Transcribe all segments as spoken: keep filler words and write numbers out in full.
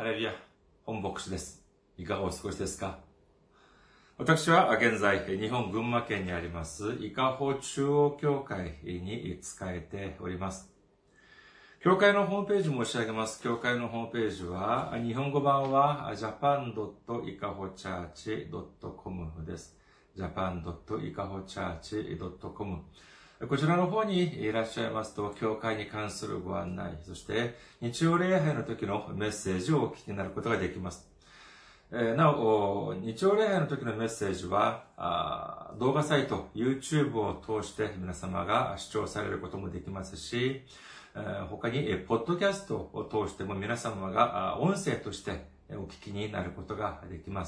ハレルヤ、本牧師です。いかがお過ごしですか？私は現在、日本群馬県にあります、伊香保中央教会に仕えております。教会のホームページ申し上げます。教会のホームページは、日本語版は ジャパンドットイカホチャーチドットコム です。ジャパンドットイカホチャーチドットコム。こちらの方にいらっしゃいますと、教会に関するご案内、そして日曜礼拝の時のメッセージをお聞きになることができます。えー、なお、日曜礼拝の時のメッセージは、動画サイト、YouTube を通して皆様が視聴されることもできますし、えー、他に、ポッドキャストを通しても皆様が音声としてお聞きになることができます。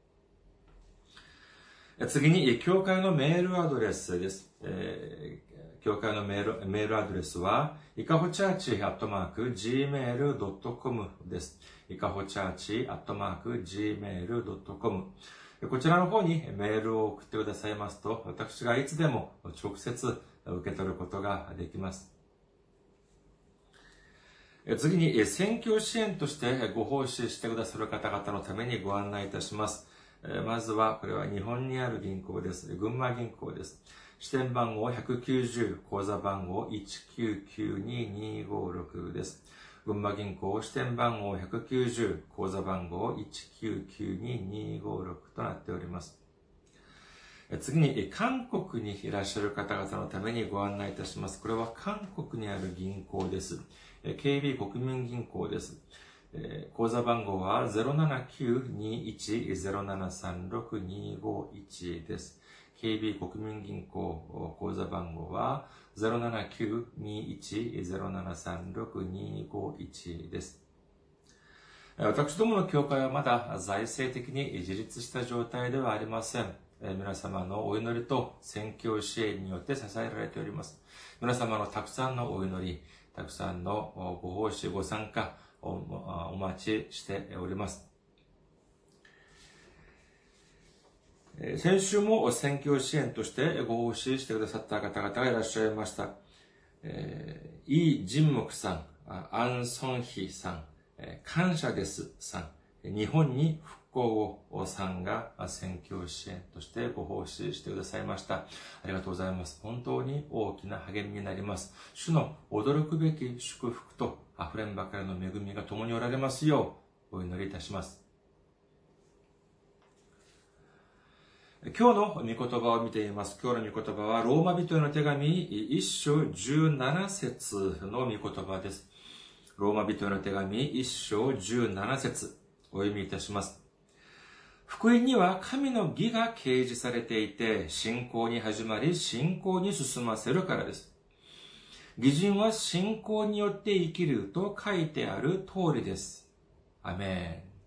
次に、教会のメールアドレスです。えー、教会のメール、メールアドレスは、いかほチャーチアットマークジーメールドットコム です。いかほチャーチアットマークジーメールドットコム。こちらの方にメールを送ってくださいますと、私がいつでも直接受け取ることができます。次に、宣教支援としてご奉仕してくださる方々のためにご案内いたします。まずは、これは日本にある銀行です。群馬銀行です。支店番号ひゃくきゅうじゅう、口座番号いちきゅうきゅうににごろくです。群馬銀行支店番号ひゃくきゅうじゅう、口座番号いちきゅうきゅうににごろくとなっております。次に、韓国にいらっしゃる方々のためにご案内いたします。これは韓国にある銀行です。ケービー 国民銀行です。口座番号は ゼロななきゅうにいちゼロななさんろくにごいち です。ケービー 国民銀行口座番号は ゼロななきゅうにいちゼロななさんろくにごいち です。私どもの教会はまだ財政的に自立した状態ではありません。皆様のお祈りと宣教支援によって支えられております。皆様のたくさんのお祈り、たくさんのご奉仕、ご参加、お待ちしております。先週も宣教支援としてご奉仕してくださった方々がいらっしゃいました。えー、イ・ジンムクさん、アン・ソンヒさん、感謝ですさん、日本に復興をさんが宣教支援としてご奉仕してくださいました。ありがとうございます。本当に大きな励みになります。主の驚くべき祝福と溢れんばかりの恵みが共におられますようお祈りいたします。今日の御言葉を見ています。今日の御言葉はローマ人への手紙一章十七節の御言葉です。ローマ人への手紙一章十七節お読みいたします。福音には神の義が掲示されていて、信仰に始まり、信仰に進ませるからです。義人は信仰によって生きると書いてある通りです。アメン。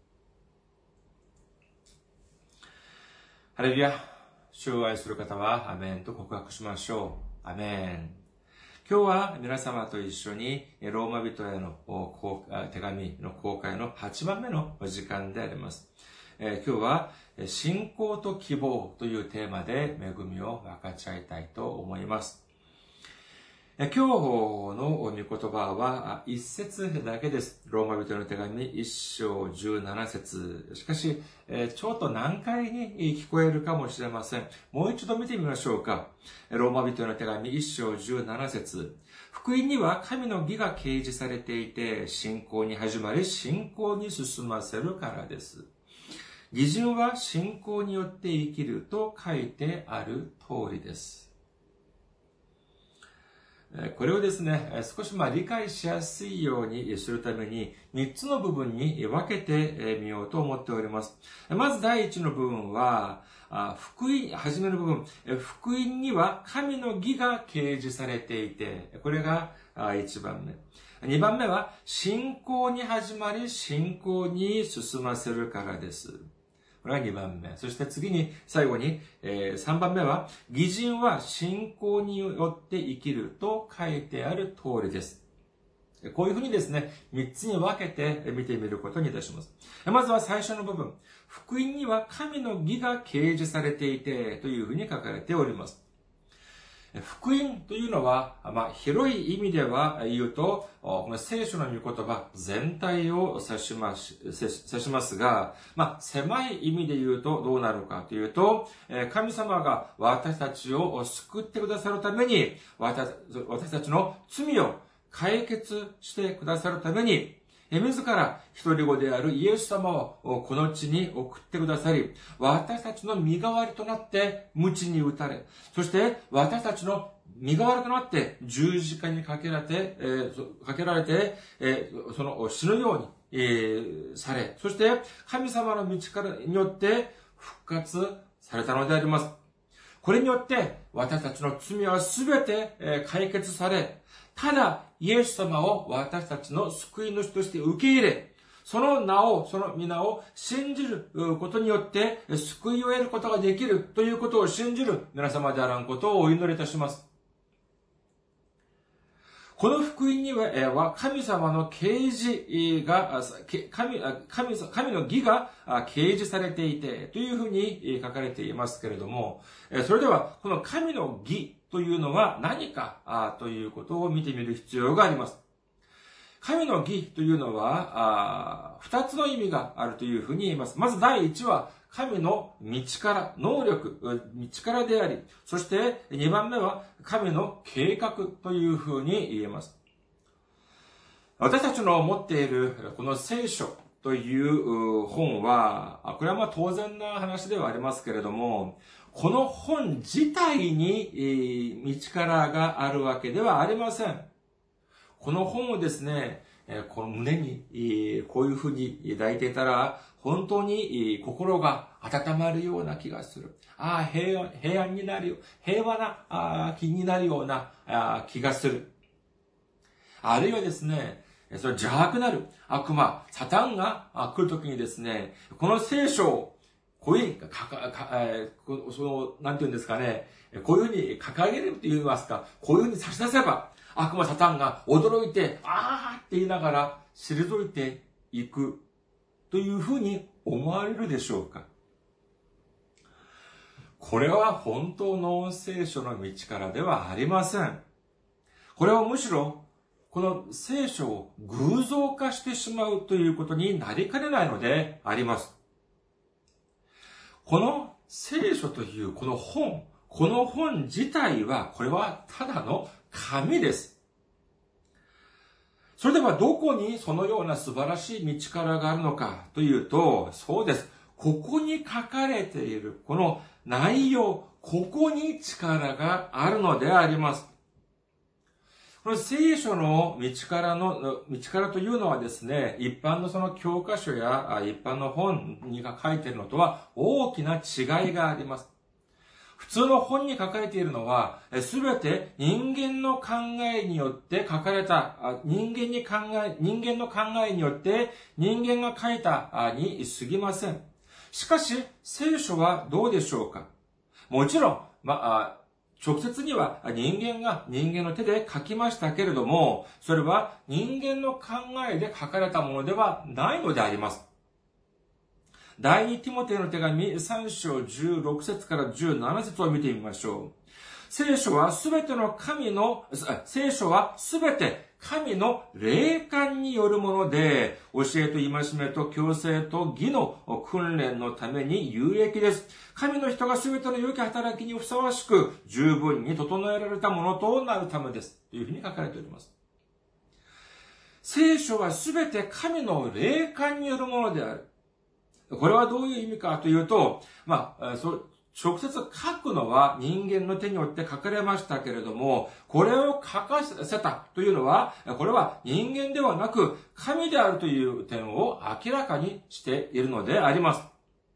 ハレルヤ。主を愛する方はアメンと告白しましょう。アメン。今日は皆様と一緒にローマ人への手紙の公開のはちばんめの時間であります。今日は信仰と希望というテーマで恵みを分かち合いたいと思います。今日の御言葉は一節だけです。ローマ人の手紙一章十七節。しかし、ちょっと難解に聞こえるかもしれません。もう一度見てみましょうか。ローマ人の手紙一章十七節。福音には神の義が掲示されていて、信仰に始まり、信仰に進ませるからです。義人は信仰によって生きると書いてある通りです。これをですね、少しまあ理解しやすいようにするためにみっつの部分に分けてみようと思っております。まず第一の部分は、福音、はじめの部分、福音には神の義が掲示されていて、これがいちばんめ。にばんめは、信仰に始まり、信仰に進ませるからです。これがにばんめ。そして次に、最後に、えー、さんばんめは、義人は信仰によって生きると書いてある通りです。こういうふうにですね、みっつに分けて見てみることにいたします。まずは最初の部分。福音には神の義が掲示されていて、というふうに書かれております。 福音というのは、まあ、広い意味では言うと、この聖書の御言葉全体を指します、指しますが、まあ、狭い意味で言うとどうなるかというと、神様が私たちを救ってくださるために、私たちの罪を解決してくださるために、自ら一人子であるイエス様をこの地に送ってくださり、私たちの身代わりとなって鞭に打たれ、そして私たちの身代わりとなって十字架にかけられて、えー、かけられて、えー、その死ぬように、えー、され、そして神様の道からによって復活されたのであります。これによって私たちの罪はすべて解決され、ただイエス様を私たちの救い主として受け入れ、その名を、その皆を信じることによって救いを得ることができるということを信じる皆様であらんことをお祈りいたします。この福音には神様の啓示が、神、神、神の義が啓示されていてというふうに書かれていますけれども、それではこの神の義というのは何かということを見てみる必要があります。神の義というのは二つの意味があるというふうに言います。まず第一は神の道から、能力、道からであり、そして二番目は神の計画というふうに言えます。私たちの持っているこの聖書という本は、これはまあ当然な話ではありますけれども、この本自体に道からがあるわけではありません。この本をですね、この胸にこういうふうに抱いていたら、本当に心が温まるような気がする。ああ、平安、平安になるよ。平和な気になるような気がする。あるいはですね、それ邪悪なる悪魔、サタンが来るときにですね、この聖書をこういうふうにかか、か、えー、その、なんて言うんですかね、こういうふうに掲げると言いますか、こういうふうに差し出せば、悪魔サタンが驚いて、あーって言いながら退いていくというふうに思われるでしょうか。これは本当の聖書の道からではありません。これはむしろ、この聖書を偶像化してしまうということになりかねないのであります。この聖書というこの本、この本自体は、これはただの紙です。それではどこにそのような素晴らしい道からがあるのかというと、そうです。ここに書かれているこの内容、ここに力があるのであります。この聖書の道からの、道からというのはですね、一般のその教科書や一般の本に書いているのとは大きな違いがあります。普通の本に書かれているのは、すべて人間の考えによって書かれた、人間に考え、人間の考えによって人間が書いたに過ぎません。しかし、聖書はどうでしょうか？もちろん、まあ、直接には人間が人間の手で書きましたけれども、それは人間の考えで書かれたものではないのであります。第二ティモテの手紙さん章じゅうろく節からじゅうなな節を見てみましょう。聖書はすべての神の、聖書はすべて神の霊感によるもので、教えと戒めと矯正と義の訓練のために有益です。神の人がすべての良き働きにふさわしく、十分に整えられたものとなるためです。というふうに書かれております。聖書はすべて神の霊感によるものである。これはどういう意味かというと、まあ、そう直接書くのは人間の手によって書かれましたけれども、これを書かせたというのは、これは人間ではなく神であるという点を明らかにしているのであります。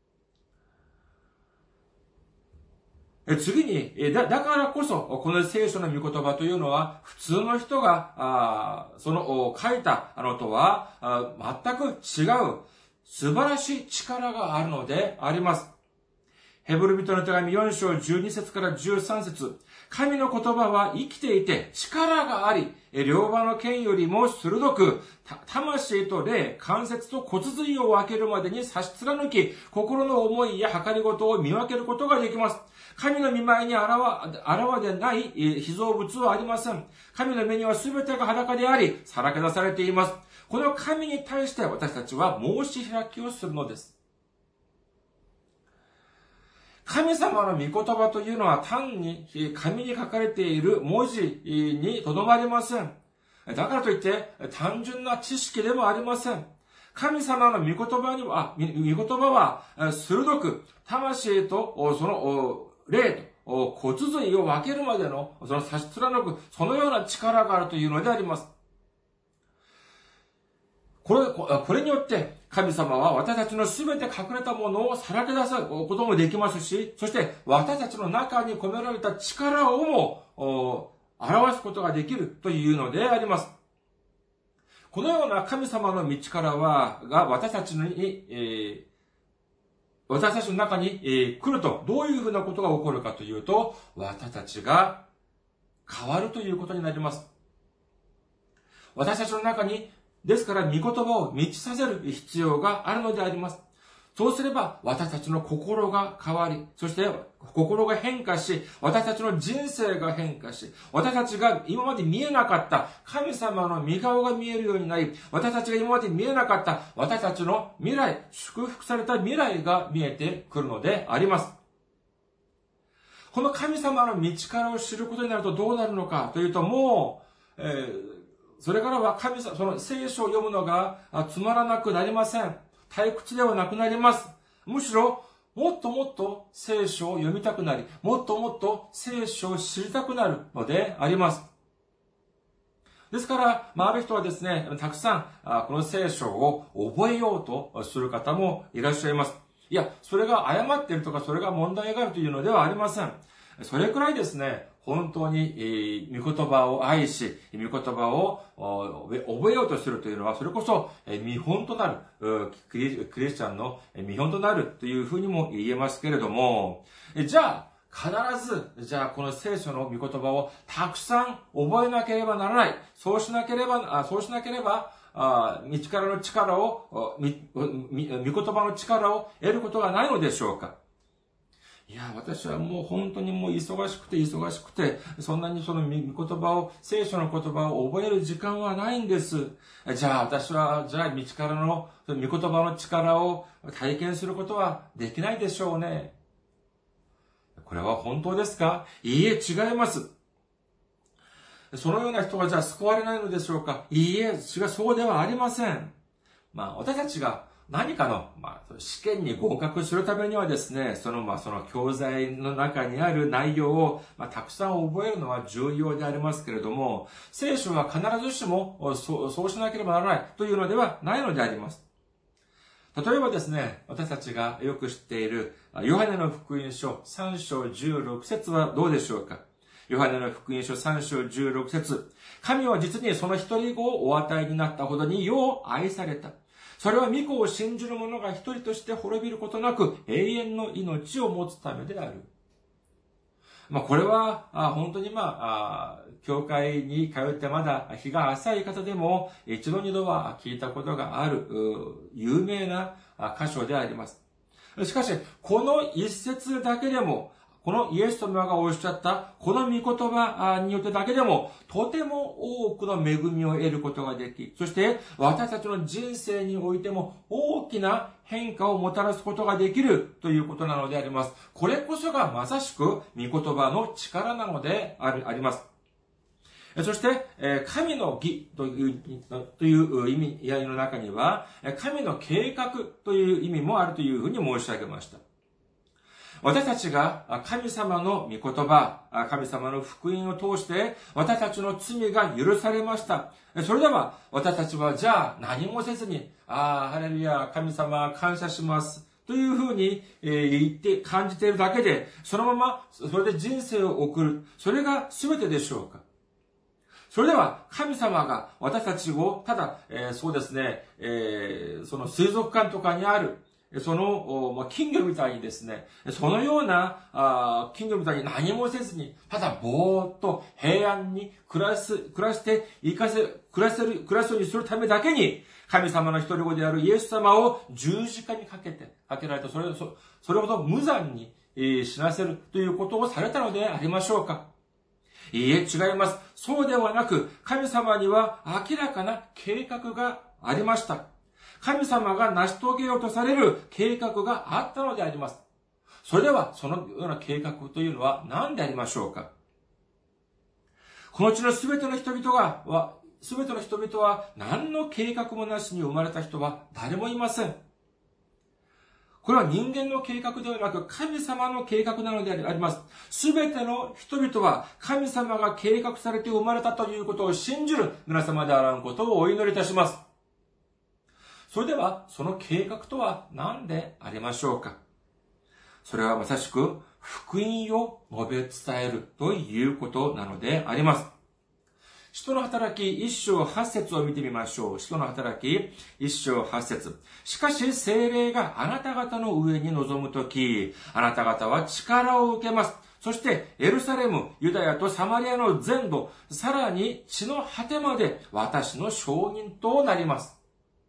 次に、だ、だからこそ、この聖書の御言葉というのは、普通の人が、あその書いたのとは全く違う素晴らしい力があるのであります。 ヘブル人の手紙よん章じゅうに節からじゅうさん節。神の言葉は生きていて力があり、両刃の剣よりも鋭く、魂と霊、関節と骨髄を分けるまでに差し貫き、心の思いや計りごとを見分けることができます。神の見舞いにあらわ、あらわでない被造物はありません。神の目には全てが裸であり、さらけ出されています。この神に対して私たちは申し開きをするのです。神様の御言葉というのは単に紙に書かれている文字にとどまりません。だからといって単純な知識でもありません。神様の御言葉には、御言葉は鋭く魂とその霊と骨髄を分けるまでのその差し貫くそのような力があるというのであります。これ、これによって神様は私たちのすべて隠れたものをさらけ出すこともできますし、そして私たちの中に込められた力をも表すことができるというのであります。このような神様の道からは、が私たちに、えー、私たちの中に、えー、来るとどういうふうなことが起こるかというと、私たちが変わるということになります。私たちの中にですから、御言葉を満ちさせる必要があるのであります。そうすれば、私たちの心が変わり、そして心が変化し、私たちの人生が変化し、私たちが今まで見えなかった神様の御顔が見えるようになり、私たちが今まで見えなかった私たちの未来、祝福された未来が見えてくるのであります。この神様の道からを知ることになるとどうなるのかというと、もう、えーそれからは神様、その聖書を読むのがつまらなくなりません。退屈ではなくなります。むしろ、もっともっと聖書を読みたくなり、もっともっと聖書を知りたくなるのであります。ですから、まあ、ある人はですね、たくさんこの聖書を覚えようとする方もいらっしゃいます。いや、それが誤っているとか、それが問題があるというのではありません。それくらいですね、本当に、えー、御言葉を愛し、御言葉を覚えようとするというのは、それこそ、えー、見本となるクリ、クリスチャンの見本となるというふうにも言えますけれども、えじゃあ、必ず、じゃあこの聖書の御言葉をたくさん覚えなければならない。そうしなければ、あそうしなければ、あ道からの力を、御言葉の力を得ることがないのでしょうか。いや、私はもう本当にもう忙しくて忙しくて、そんなにその御言葉を、聖書の言葉を覚える時間はないんです。じゃあ私は、じゃあ道からの、御言葉の力を体験することはできないでしょうね。これは本当ですか？いいえ、違います。そのような人がじゃあ救われないのでしょうか？いいえ、違う、そうではありません。まあ、私たちが何かの、まあ、試験に合格するためにはですね、その、まあ、その教材の中にある内容を、まあ、たくさん覚えるのは重要でありますけれども、聖書は必ずしもそう、そうしなければならないというのではないのであります。例えばですね、私たちがよく知っている、ヨハネの福音書さん章じゅうろく節はどうでしょうか？ヨハネの福音書さん章じゅうろく節。神は実にその一人子をお与えになったほどによう愛された。それは御子を信じる者が一人として滅びることなく永遠の命を持つためである。まあこれは本当にまあ教会に通ってまだ日が浅い方でも一度二度は聞いたことがある有名な箇所であります。しかしこの一節だけでもこのイエス様がおっしゃったこの御言葉によってだけでもとても多くの恵みを得ることができ、そして私たちの人生においても大きな変化をもたらすことができるということなのであります。これこそがまさしく御言葉の力なのであります。そして、神の義という、という意味合いの中には、神の計画という意味もあるというふうに申し上げました。私たちが神様の御言葉、神様の福音を通して私たちの罪が許されました。それでは私たちはじゃあ何もせずに、ああ、ハレルヤ、神様感謝しますというふうに言って感じているだけで、そのままそれで人生を送る。それが全てでしょうか？それでは神様が私たちをただ、えー、そうですね、えー、その水族館とかにあるその、まあ、金魚みたいにですね、そのような、あ金魚みたいに何もせずに、ただぼーっと平安に暮らす、暮らして、生かせ、暮らせる、暮らすようにするためだけに、神様の一人子であるイエス様を十字架にかけて、かけられた、それ、そそれほど無残に、えー、死なせるということをされたのでありましょうか。いいえ、違います。そうではなく、神様には明らかな計画がありました。神様が成し遂げようとされる計画があったのであります。それでは、そのような計画というのは何でありましょうか。この地のすべての人々が、は、すべての人々は何の計画もなしに生まれた人は誰もいません。これは人間の計画ではなく神様の計画なのであります。すべての人々は神様が計画されて生まれたということを信じる皆様であらんことをお祈りいたします。それでは、その計画とは何でありましょうか。それはまさしく福音を述べ伝えるということなのであります。使徒の働き一章八節を見てみましょう。使徒の働き一章八節。しかし聖霊があなた方の上に臨むとき、あなた方は力を受けます。そしてエルサレム、ユダヤとサマリアの全土、さらに地の果てまで私の証人となります。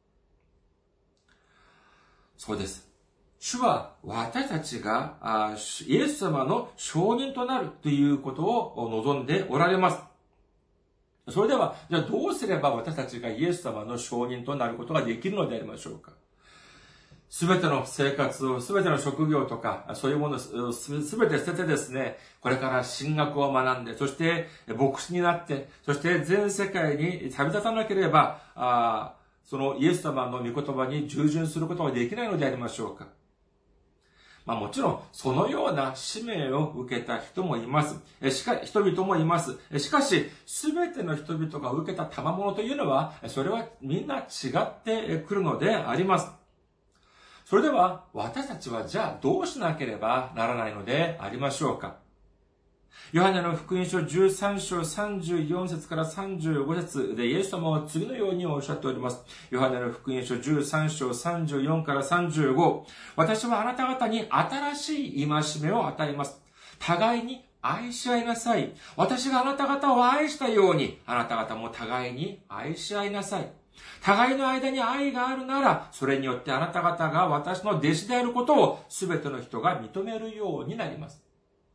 そうです。主は私たちがイエス様の証人となるということを望んでおられます。それでは、じゃあどうすれば私たちがイエス様の証人となることができるのでありましょうか。すべての生活を、すべての職業とか、そういうものをすべて捨ててですね、これから神学を学んで、そして牧師になって、そして全世界に旅立たなければ、あそのイエス様の御言葉に従順することができないのでありましょうか。まあもちろん、そのような使命を受けた人もいます。しか、人々もいます。しかし、すべての人々が受けた賜物というのは、それはみんな違ってくるのであります。それでは、私たちはじゃあどうしなければならないのでありましょうか。ヨハネの福音書じゅうさん章さんじゅうよん節からさんじゅうご節でイエス様は次のようにおっしゃっております。ヨハネの福音書じゅうさん章さんじゅうよんからさんじゅうご。私はあなた方に新しい戒めを与えます。互いに愛し合いなさい。私があなた方を愛したように、あなた方も互いに愛し合いなさい。互いの間に愛があるなら、それによってあなた方が私の弟子であることを全ての人が認めるようになります。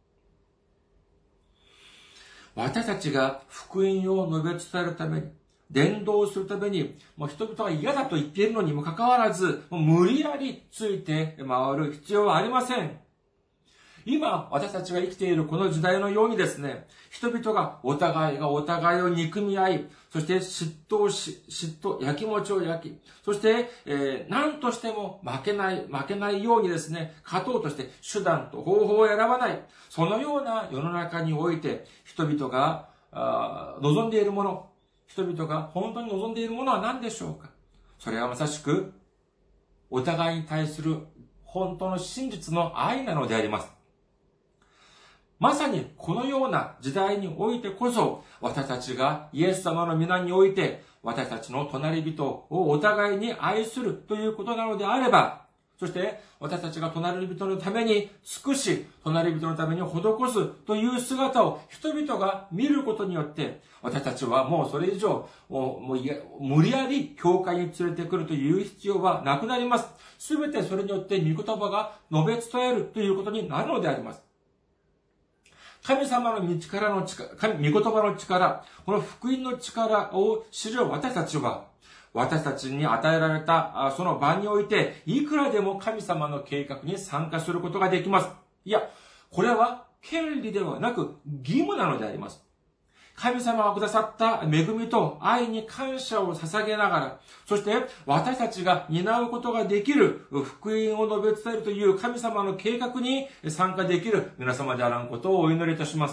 私たちが福音を述べ伝えるために、伝道するために、もう人々が嫌だと言っているのにもかかわらず、もう無理やりついて回る必要はありません。今、私たちが生きているこの時代のようにですね、人々がお互いがお互いを憎み合い、そして嫉妬し、嫉妬、焼きもちを焼き、そして、えー、何としても負けない、負けないようにですね、勝とうとして手段と方法を選ばない。そのような世の中において、人々があ望んでいるもの、人々が本当に望んでいるものは何でしょうか。それはまさしく、お互いに対する本当の真実の愛なのであります。まさにこのような時代においてこそ、私たちがイエス様の皆において、私たちの隣人をお互いに愛するということなのであれば、そして私たちが隣人のために尽くし、隣人のために施すという姿を人々が見ることによって、私たちはもうそれ以上、もうもういや無理やり教会に連れてくるという必要はなくなります。すべてそれによって御言葉が述べ伝えるということになるのであります。神様の御力の力、神、御言葉の力、この福音の力を知る私たちは、私たちに与えられたその場において、いくらでも神様の計画に参加することができます。いや、これは権利ではなく義務なのであります。神様がくださった恵みと愛に感謝を捧げながら、そして私たちが担うことができる福音を述べ伝えるという神様の計画に参加できる皆様であらんことをお祈りいたします。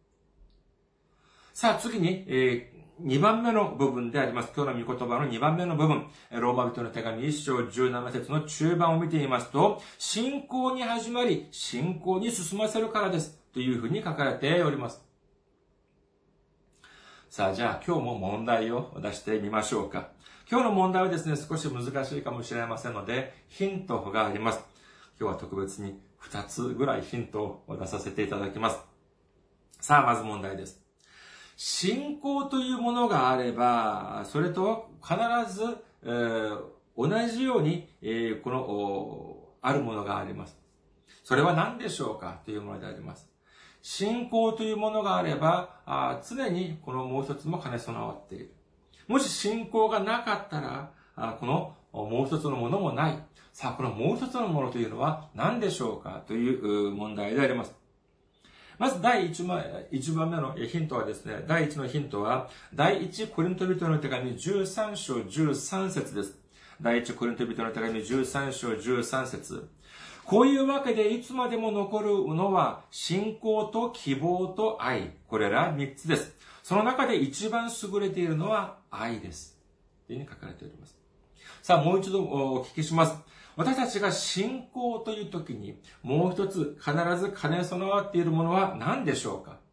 さあ次に、えー、にばんめの部分であります。今日の御言葉のにばんめの部分、ローマ人の手紙いっ章じゅうなな節の中盤を見てみますと、信仰に始まり、信仰に進ませるからです。というふうに書かれております。さあ、じゃあ今日も問題を出してみましょうか。 今日の問題はですね、少し難しいかもしれませんので、ヒントがあります。今日は特別にふたつぐらいヒントを出させていただきます。さあ、まず問題です。信仰というものがあれば、それと必ず、えー、同じように、えー、この、あるものがあります。それは何でしょうかというものであります。信仰というものがあれば、あ常にこのもう一つも兼ね備わっている。もし信仰がなかったら、あこのもう一つのものもない。さあ、このもう一つのものというのは何でしょうかという問題であります。まず第一番目のヒントはですね、第一のヒントは、第一コリント人の手紙じゅうさん章じゅうさん節です。第一コリント人の手紙じゅうさん章じゅうさん節。こういうわけでいつまでも残るのは信仰と希望と愛。これら三つです。その中で一番優れているのは愛です。というふうに書かれております。さあ、もう一度お聞きします。私たちが信仰という時に、もう一つ必ず兼ね備わっているものは何でしょうか？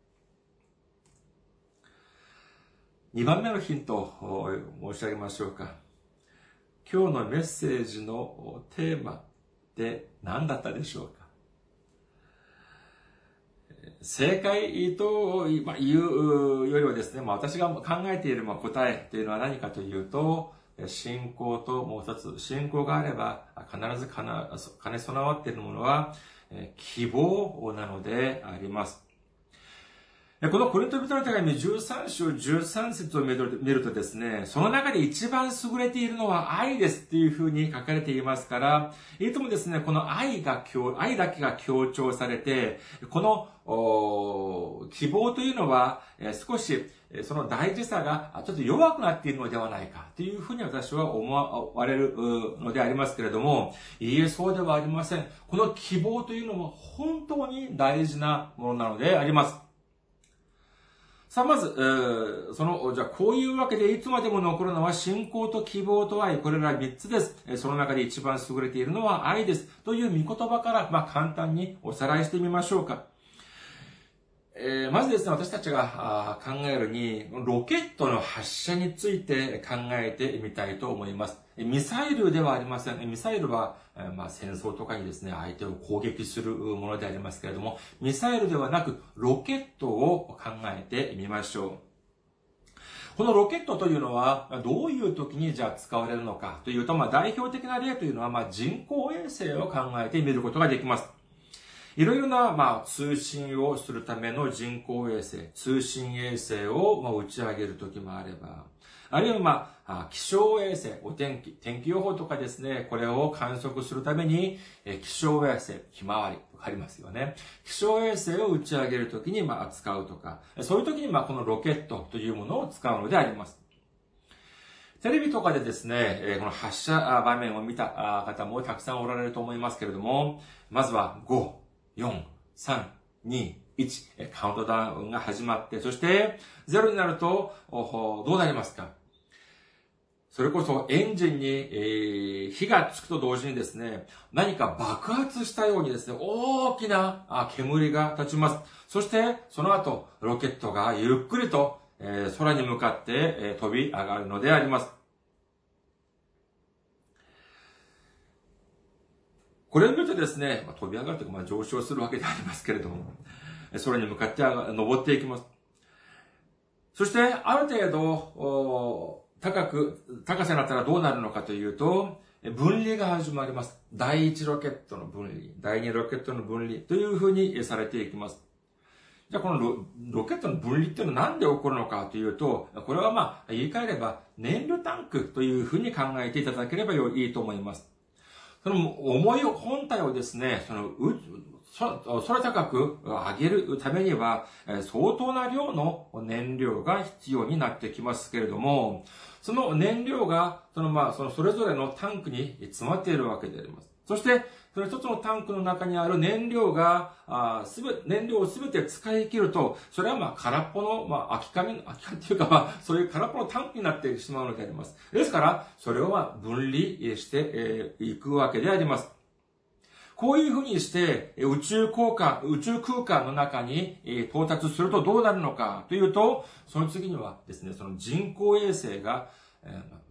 二番目のヒントを申し上げましょうか。今日のメッセージのテーマって何だったでしょうか？正解というよりはですね、私が考えている答えというのは何かというと、信仰ともう一つ、信仰があれば必ず兼ね備わっているものは希望なのであります。このコリント人の手紙じゅうさん章じゅうさん節を見るとですね、その中で一番優れているのは愛ですっていうふうに書かれていますから、いつもですね、この愛が、愛だけが強調されて、この希望というのは少しその大事さがちょっと弱くなっているのではないかというふうに私は思われるのでありますけれども、いいえ、そうではありません。この希望というのも本当に大事なものなのであります。さあ、まず、えー、その、じゃあ、こういうわけでいつまでも残るのは信仰と希望と愛、これら三つです。その中で一番優れているのは愛です。という御言葉から、まあ、簡単におさらいしてみましょうか。えー、まずですね、私たちが考えるに、ロケットの発射について考えてみたいと思います。ミサイルではありません。ミサイルは、まあ、戦争とかにですね、相手を攻撃するものでありますけれども、ミサイルではなく、ロケットを考えてみましょう。このロケットというのは、どういう時にじゃあ使われるのかというと、まあ、代表的な例というのは、まあ、人工衛星を考えてみることができます。いろいろな、まあ、通信をするための人工衛星、通信衛星を、まあ、打ち上げるときもあれば、あるいは、まあ、気象衛星、お天気、天気予報とかですね、これを観測するために、気象衛星、ひまわり、わかりますよね。気象衛星を打ち上げるときに、まあ、使うとか、そういうときに、まあ、このロケットというものを使うのであります。テレビとかでですね、この発射場面を見た方もたくさんおられると思いますけれども、まずはご、よん、さん、に、いち、カウントダウンが始まって、そしてゼロになるとどうなりますか？それこそエンジンに、えー、火がつくと同時にですね、何か爆発したようにですね、大きな煙が立ちます。そしてその後、ロケットがゆっくりと、えー、空に向かって、えー、飛び上がるのであります。これを見るとですね、まあ、飛び上がるというか、まあ、上昇するわけでありますけれども、空に向かって登っていきます。そして、ある程度、高く、高さになったらどうなるのかというと、分離が始まります。第一ロケットの分離、第二ロケットの分離というふうにされていきます。じゃあ、この ロ, ロケットの分離っていうのは何で起こるのかというと、これはまあ、言い換えれば燃料タンクというふうに考えていただければいいと思います。その重い本体をですね、その、空高く上げるためには、相当な量の燃料が必要になってきますけれども、その燃料が、そのまあ、そのそれぞれのタンクに詰まっているわけであります。そして、その一つのタンクの中にある燃料が、あすべ、燃料をすべて使い切ると、それはまあ空っぽの、まあ空き缶、空き缶っていうかまあ、そういう空っぽのタンクになってしまうのであります。ですから、それをまあ分離していくわけであります。こういうふうにして、宇宙空間、宇宙空間の中に到達するとどうなるのかというと、その次にはですね、その人工衛星が、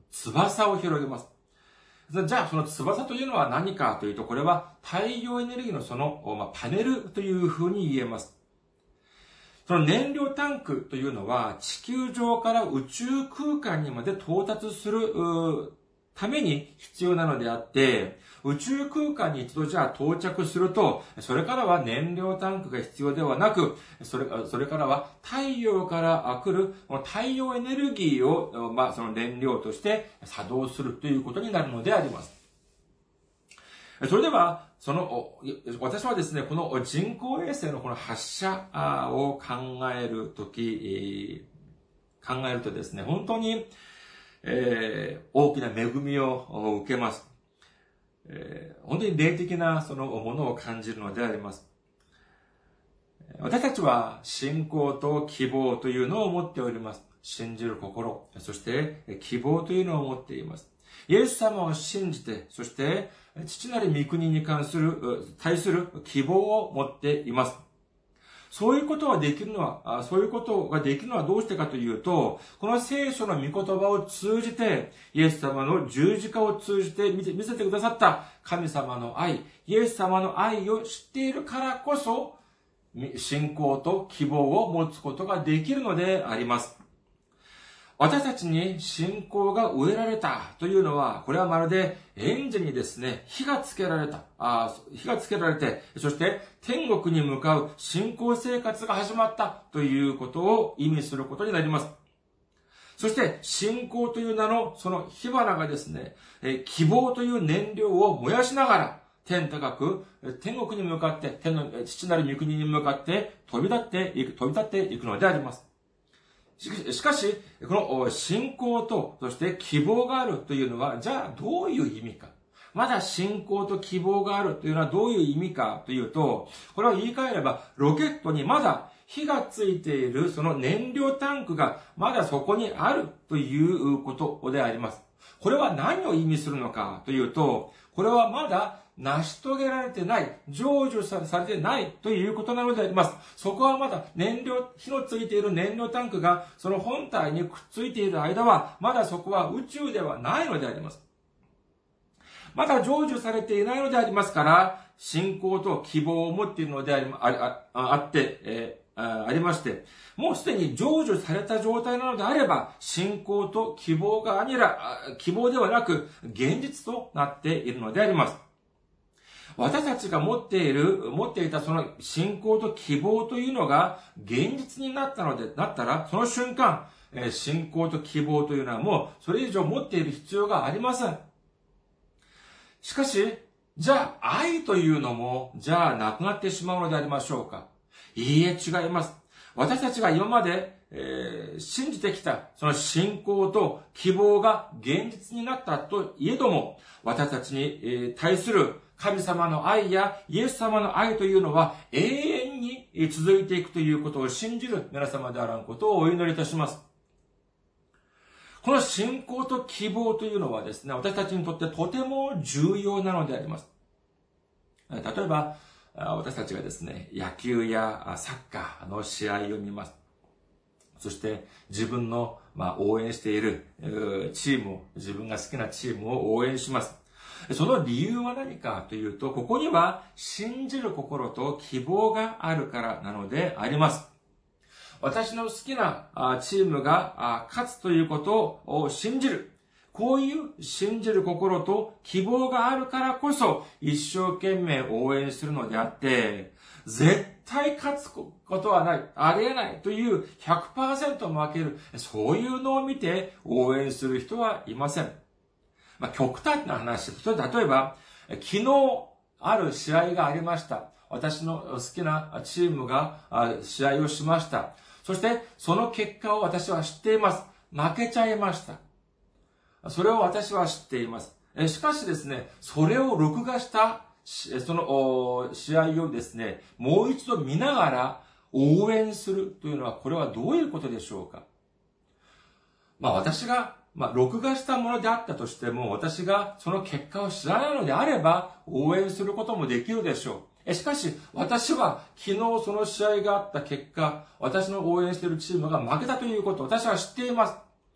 翼を広げます。じゃあ、その翼というのは何かというと、これは太陽エネルギーのその、まあ、パネルというふうに言えます。その燃料タンクというのは、地球上から宇宙空間にまで到達するために必要なのであって、宇宙空間に一度じゃあ到着すると、それからは燃料タンクが必要ではなく、それ、それからは太陽から来る太陽エネルギーを、まあ、その燃料として作動するということになるのであります。それでは、その、私はですね、この人工衛星のこの発射を考えるとき、考えるとですね、本当に、えー、大きな恵みを受けます。えー、本当に霊的なそのものを感じるのであります。私たちは信仰と希望というのを持っております。信じる心、そして希望というのを持っています。イエス様を信じて、そして父なる御国に関する、対する希望を持っています。そういうことができるのは、そういうことができるのはどうしてかというと、この聖書の御言葉を通じて、イエス様の十字架を通じて見せ、見せてくださった神様の愛、イエス様の愛を知っているからこそ、信仰と希望を持つことができるのであります。私たちに信仰が植えられたというのは、これはまるで園児にですね、火がつけられた、あ火がつけられて、そして天国に向かう信仰生活が始まったということを意味することになります。そして信仰という名のその火花がですね、希望という燃料を燃やしながら、天高く天国に向かって、天の父なる御国に向かって飛び立っていく、飛び立っていくのであります。しかし、この信仰と、そして希望があるというのは、じゃあどういう意味か。まだ信仰と希望があるというのはどういう意味かというと、これを言い換えれば、ロケットにまだ火がついているその燃料タンクがまだそこにあるということであります。これは何を意味するのかというと、これはまだ成し遂げられてない、成就されてないということなのであります。そこはまだ燃料、火のついている燃料タンクがその本体にくっついている間は、まだそこは宇宙ではないのであります。まだ成就されていないのでありますから、信仰と希望を持っているのであり、あ、あ、あって、えーあ、ありまして、もうすでに成就された状態なのであれば、信仰と希望が兄ら、希望ではなく、現実となっているのであります。私たちが持っている、持っていたその信仰と希望というのが現実になったので、なったら、その瞬間、信仰と希望というのはもうそれ以上持っている必要がありません。しかし、じゃあ愛というのも、じゃあなくなってしまうのでありましょうか。いいえ、違います。私たちが今まで、えー、信じてきた、その信仰と希望が現実になったといえども、私たちに、えー、対する神様の愛やイエス様の愛というのは永遠に続いていくということを信じる皆様であらんことをお祈りいたします。この信仰と希望というのはですね、私たちにとってとても重要なのであります。例えば、私たちがですね、野球やサッカーの試合を見ます。そして自分の、まあ、応援しているチームを、自分が好きなチームを応援します。その理由は何かというと、ここには信じる心と希望があるからなのであります。私の好きなチームが勝つということを信じる。こういう信じる心と希望があるからこそ一生懸命応援するのであって、絶対勝つことはない、ありえないという ひゃくパーセント 負ける、そういうのを見て応援する人はいません。まあ、極端な話、例えば、昨日ある試合がありました。私の好きなチームが試合をしました。そしてその結果を私は知っています。負けちゃいました。それを私は知っています。しかしですね、それを録画したその試合をですね、もう一度見ながら応援するというのは、これはどういうことでしょうか。まあ私が、まあ録画したものであったとしても、私がその結果を知らないのであれば、応援することもできるでしょう。しかし、私は昨日その試合があった結果、私の応援しているチームが負けたということを私は知っています。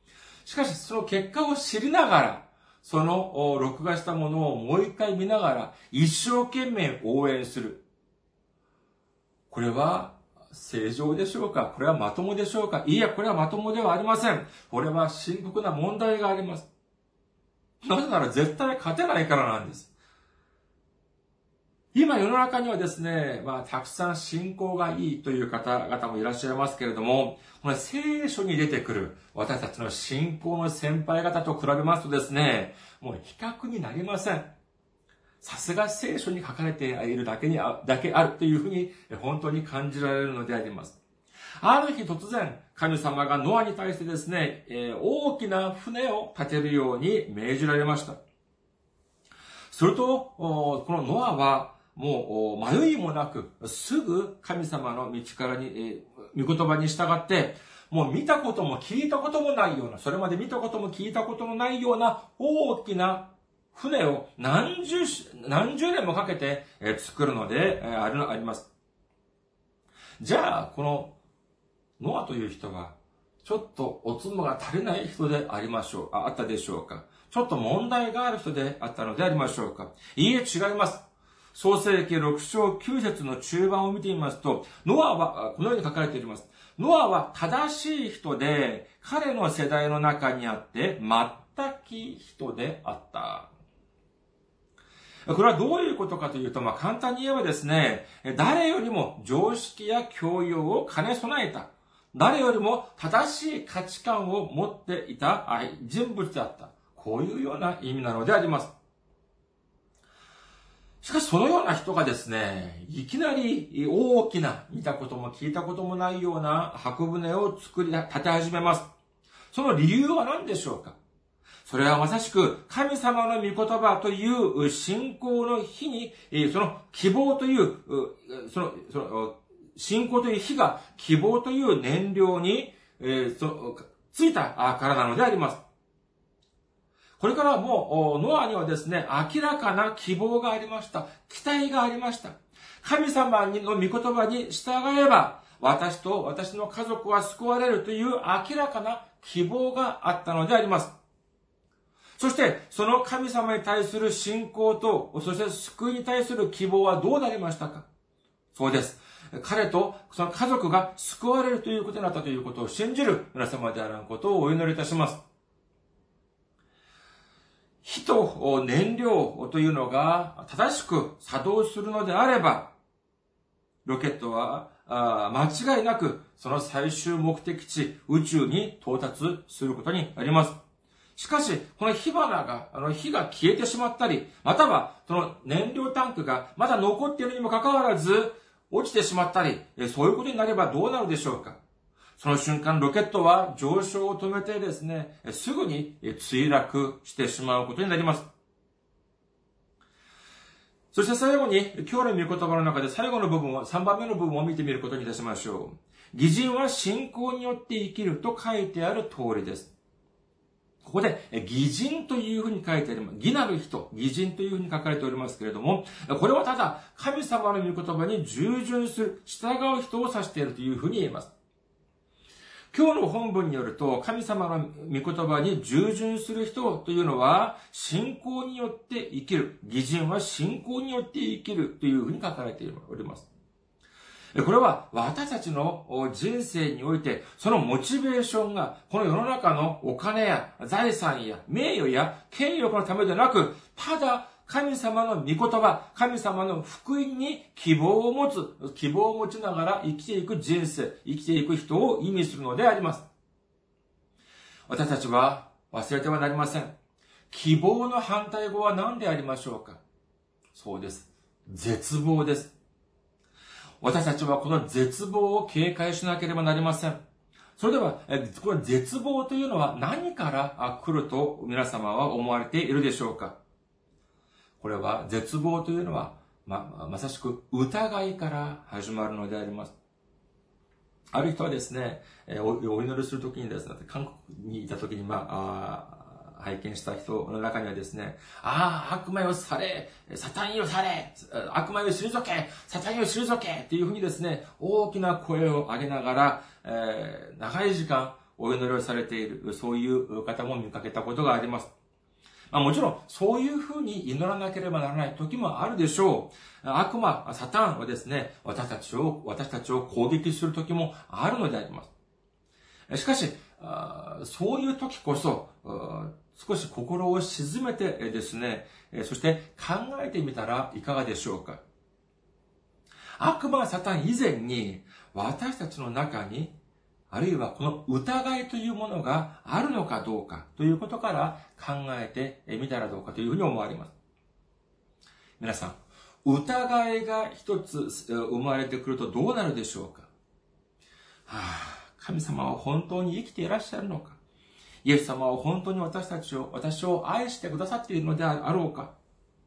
しかし、その結果を知りながら、その録画したものをもう一回見ながら、一生懸命応援する。これは正常でしょうか？これはまともでしょうか？いや、これはまともではありません。これは深刻な問題があります。なぜなら絶対勝てないからなんです。今世の中にはですね、まあ、たくさん信仰がいいという方々もいらっしゃいますけれども、この聖書に出てくる私たちの信仰の先輩方と比べますとですね、もう比較になりません。さすが聖書に書かれているだけに、だけあるというふうに本当に感じられるのであります。ある日突然、神様がノアに対してですね、大きな船を建てるように命じられました。すると、このノアはもう迷いもなく、すぐ神様の道からに、御言葉に従って、もう見たことも聞いたこともないような、それまで見たことも聞いたことのないような大きな船を何十、何十年もかけて作るのであります。じゃあ、このノアという人は、ちょっとおつむが足りない人でありましょう、あったでしょうか。ちょっと問題がある人であったのでありましょうか。いいえ、違います。創世記ろく章きゅう節の中盤を見てみますと、ノアは、このように書かれています。ノアは正しい人で、彼の世代の中にあって、全き人であった。これはどういうことかというと、まあ、簡単に言えばですね、誰よりも常識や教養を兼ね備えた。誰よりも正しい価値観を持っていた人物であった。こういうような意味なのであります。しかしそのような人がですね、いきなり大きな、見たことも聞いたこともないような箱舟を作り、立て始めます。その理由は何でしょうか？それはまさしく神様の御言葉という信仰の火に、その希望という、その、その、信仰という火が希望という燃料に、えー、そついたからなのであります。これからもう、ノアにはですね、明らかな希望がありました。期待がありました。神様の御言葉に従えば、私と私の家族は救われるという明らかな希望があったのであります。そして、その神様に対する信仰と、そして救いに対する希望はどうなりましたか？そうです。彼とその家族が救われるということになったということを信じる皆様であることをお祈りいたします。火と燃料というのが正しく作動するのであれば、ロケットは間違いなくその最終目的地、宇宙に到達することになります。しかし、この火花が、あの火が消えてしまったり、またはその燃料タンクがまだ残っているにもかかわらず、落ちてしまったり、そういうことになればどうなるでしょうか。その瞬間、ロケットは上昇を止めてですね、すぐに墜落してしまうことになります。そして最後に、今日の御言葉の中で最後の部分を、さんばんめの部分を見てみることにいたしましょう。義人は信仰によって生きると書いてある通りです。ここで、義人というふうに書いてあります。義なる人、義人というふうに書かれておりますけれども、これはただ、神様の御言葉に従順する、従う人を指しているというふうに言えます。今日の本文によると、神様の御言葉に従順する人というのは、信仰によって生きる。義人は信仰によって生きるというふうに書かれております。これは私たちの人生において、そのモチベーションが、この世の中のお金や財産や名誉や権力のためでなく、ただ神様の御言葉、神様の福音に希望を持つ、希望を持ちながら生きていく人生、生きていく人を意味するのであります。私たちは忘れてはなりません。希望の反対語は何でありましょうか？そうです。絶望です。私たちはこの絶望を警戒しなければなりません。それでは、この絶望というのは何から来ると皆様は思われているでしょうか？これは絶望というのは、ま、まさしく疑いから始まるのであります。ある人はですね、お祈りするときにですね、韓国にいたときに、まあ、あ拝見した人の中にはですね、ああ、悪魔よ去れ、サタンよ去れ、悪魔よ退け、サタンよ退けっていうふうにですね、大きな声を上げながら、えー、長い時間お祈りをされている、そういう方も見かけたことがあります。まあ、もちろん、そういうふうに祈らなければならない時もあるでしょう。悪魔、サタンはですね、私たちを、私たちを攻撃する時もあるのであります。しかし、そういう時こそ、少し心を静めてですね、そして考えてみたらいかがでしょうか。悪魔、サタン以前に、私たちの中に、あるいはこの疑いというものがあるのかどうかということから考えてみたらどうかというふうに思われます。皆さん、疑いが一つ生まれてくるとどうなるでしょうか。はあ、神様は本当に生きていらっしゃるのか。イエス様は本当に私たちを、私を愛してくださっているのであろうか。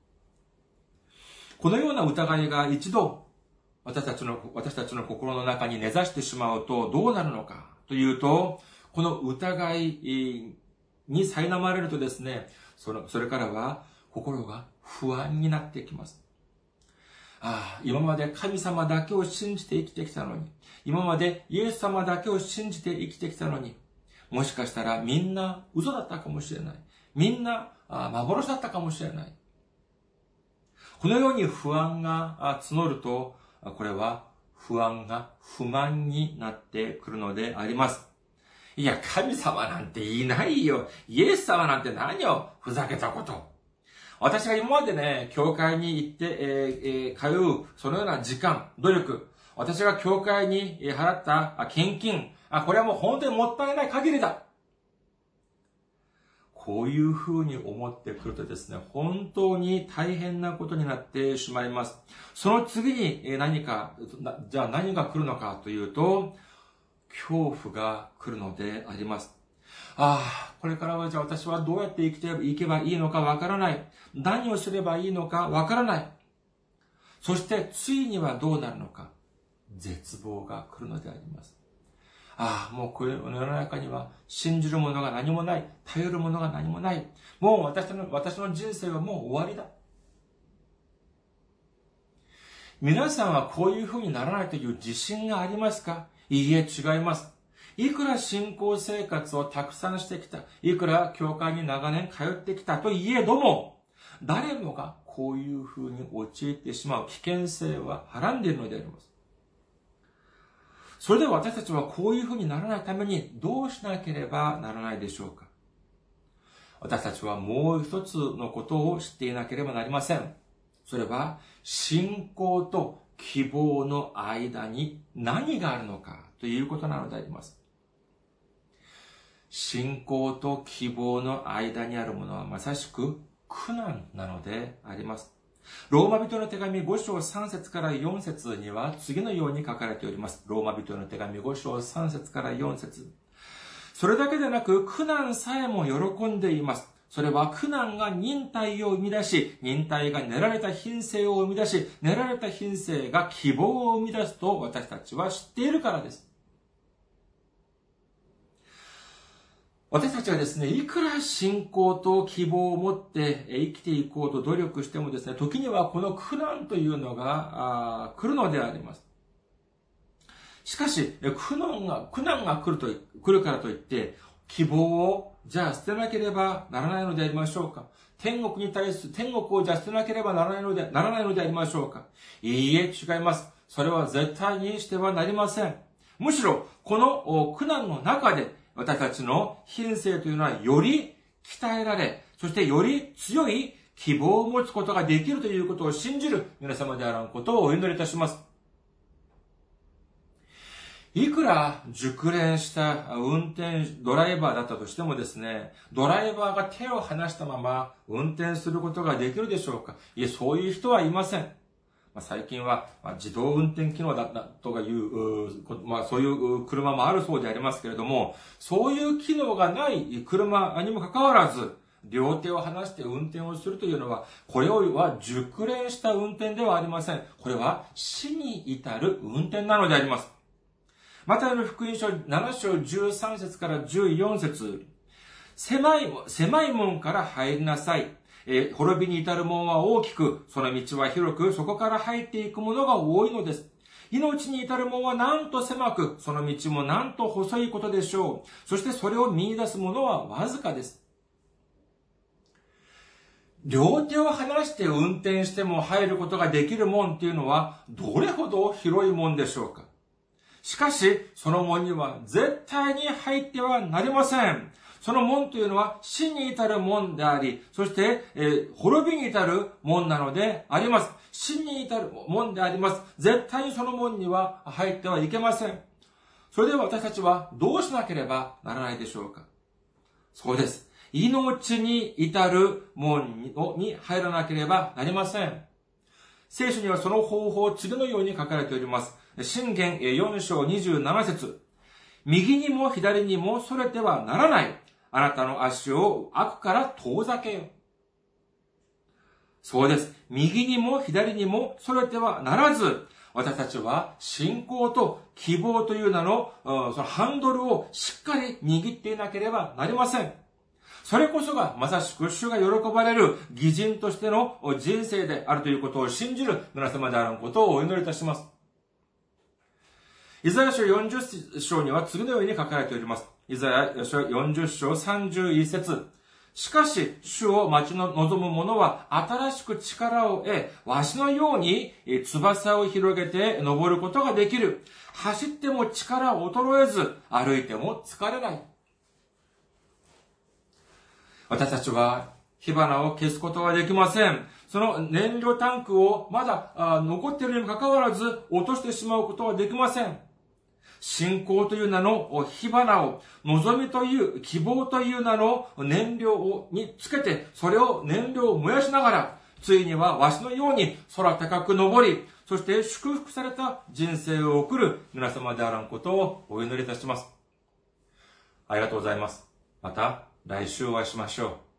このような疑いが一度、私たちの、私たちの心の中に根ざしてしまうとどうなるのかというと、この疑いに苛まれるとですね、その、それからは心が不安になってきます。ああ、今まで神様だけを信じて生きてきたのに、今までイエス様だけを信じて生きてきたのに、もしかしたらみんな嘘だったかもしれない。みんな幻だったかもしれない。このように不安が募ると、これは不安が不満になってくるのであります。いや、神様なんていないよ。イエス様なんて何よ。ふざけたこと。私が今までね、教会に行って、えーえー、通う、そのような時間、努力、私が教会に払った献金、あ、これはもう本当にもったいない限りだ。こういうふうに思ってくるとですね、本当に大変なことになってしまいます。その次に何か、じゃあ何が来るのかというと、恐怖が来るのであります。ああ、これからはじゃあ私はどうやって生きていけばいいのかわからない。何をすればいいのかわからない。そしてついにはどうなるのか。絶望が来るのであります。ああ、もうこの世の中には信じるものが何もない。頼るものが何もない。もう私の、私の人生はもう終わりだ。皆さんはこういう風にならないという自信がありますか？いいえ、違います。いくら信仰生活をたくさんしてきた。いくら教会に長年通ってきたといえども、誰もがこういう風に陥ってしまう危険性ははらんでいるのであります。それでは私たちはこういうふうにならないためにどうしなければならないでしょうか。私たちはもう一つのことを知っていなければなりません。それは信仰と希望の間に何があるのかということなのであります。信仰と希望の間にあるものはまさしく苦難なのであります。ローマ人の手紙ご章さん節からよん節には次のように書かれております。ローマ人の手紙ご章さん節からよん節。それだけでなく苦難さえも喜んでいます。それは苦難が忍耐を生み出し、忍耐が練られた品性を生み出し、練られた品性が希望を生み出すと私たちは知っているからです。私たちはですね、いくら信仰と希望を持って生きていこうと努力してもですね、時にはこの苦難というのが来るのであります。しかし、苦難が、苦難が来ると、来るからといって、希望をじゃあ捨てなければならないのでありましょうか。天国に対する、天国をじゃあ捨てなければならないので、ならないのでありましょうか。いいえ、違います。それは絶対にしてはなりません。むしろ、この苦難の中で、私たちの品性というのはより鍛えられ、そしてより強い希望を持つことができるということを信じる皆様であることをお祈りいたします。いくら熟練した運転、ドライバーだったとしてもですね、ドライバーが手を離したまま運転することができるでしょうか？いえ、そういう人はいません。最近は自動運転機能だとかいう、まあそういう車もあるそうでありますけれども、そういう機能がない車にもかかわらず、両手を離して運転をするというのは、これは熟練した運転ではありません。これは死に至る運転なのであります。マタイの福音書なな章じゅうさん節からじゅうよん節、狭い、狭い門から入りなさい。えー、滅びに至る門は大きく、その道は広く、そこから入っていくものが多いのです。 命に至る門はなんと狭く、その道もなんと細いことでしょう。そしてそれを見出す者はわずかです。両手を離して運転しても入ることができる門っていうのは、どれほど広い門でしょうか。しかし、その門には絶対に入ってはなりません。その門というのは死に至る門であり、そして、えー、滅びに至る門なのであります。死に至る門であります。絶対にその門には入ってはいけません。それでは私たちはどうしなければならないでしょうか。そうです。命に至る門に入らなければなりません。聖書にはその方法、次のように書かれております。箴言よん章にじゅうなな節。右にも左にもそれてはならない。あなたの足を悪から遠ざけよ。そうです。右にも左にもそれてはならず、私たちは信仰と希望という名の、そのハンドルをしっかり握っていなければなりません。それこそがまさしく主が喜ばれる義人としての人生であるということを信じる皆様であることをお祈りいたします。イザヤ書よんじゅっ章には次のように書かれております。イザヤ書よんじゅっ章さんじゅういち節。しかし、主を待ち望む者は新しく力を得、わしのように翼を広げて登ることができる。走っても力衰えず、歩いても疲れない。私たちは火花を消すことはできません。その燃料タンクをまだ残っているにもかかわらず落としてしまうことはできません。信仰という名の火花を、望みという希望という名の燃料につけて、それを燃料を燃やしながら、ついにはわしのように空高く登り、そして祝福された人生を送る皆様であらんことをお祈りいたします。ありがとうございます。また来週お会いしましょう。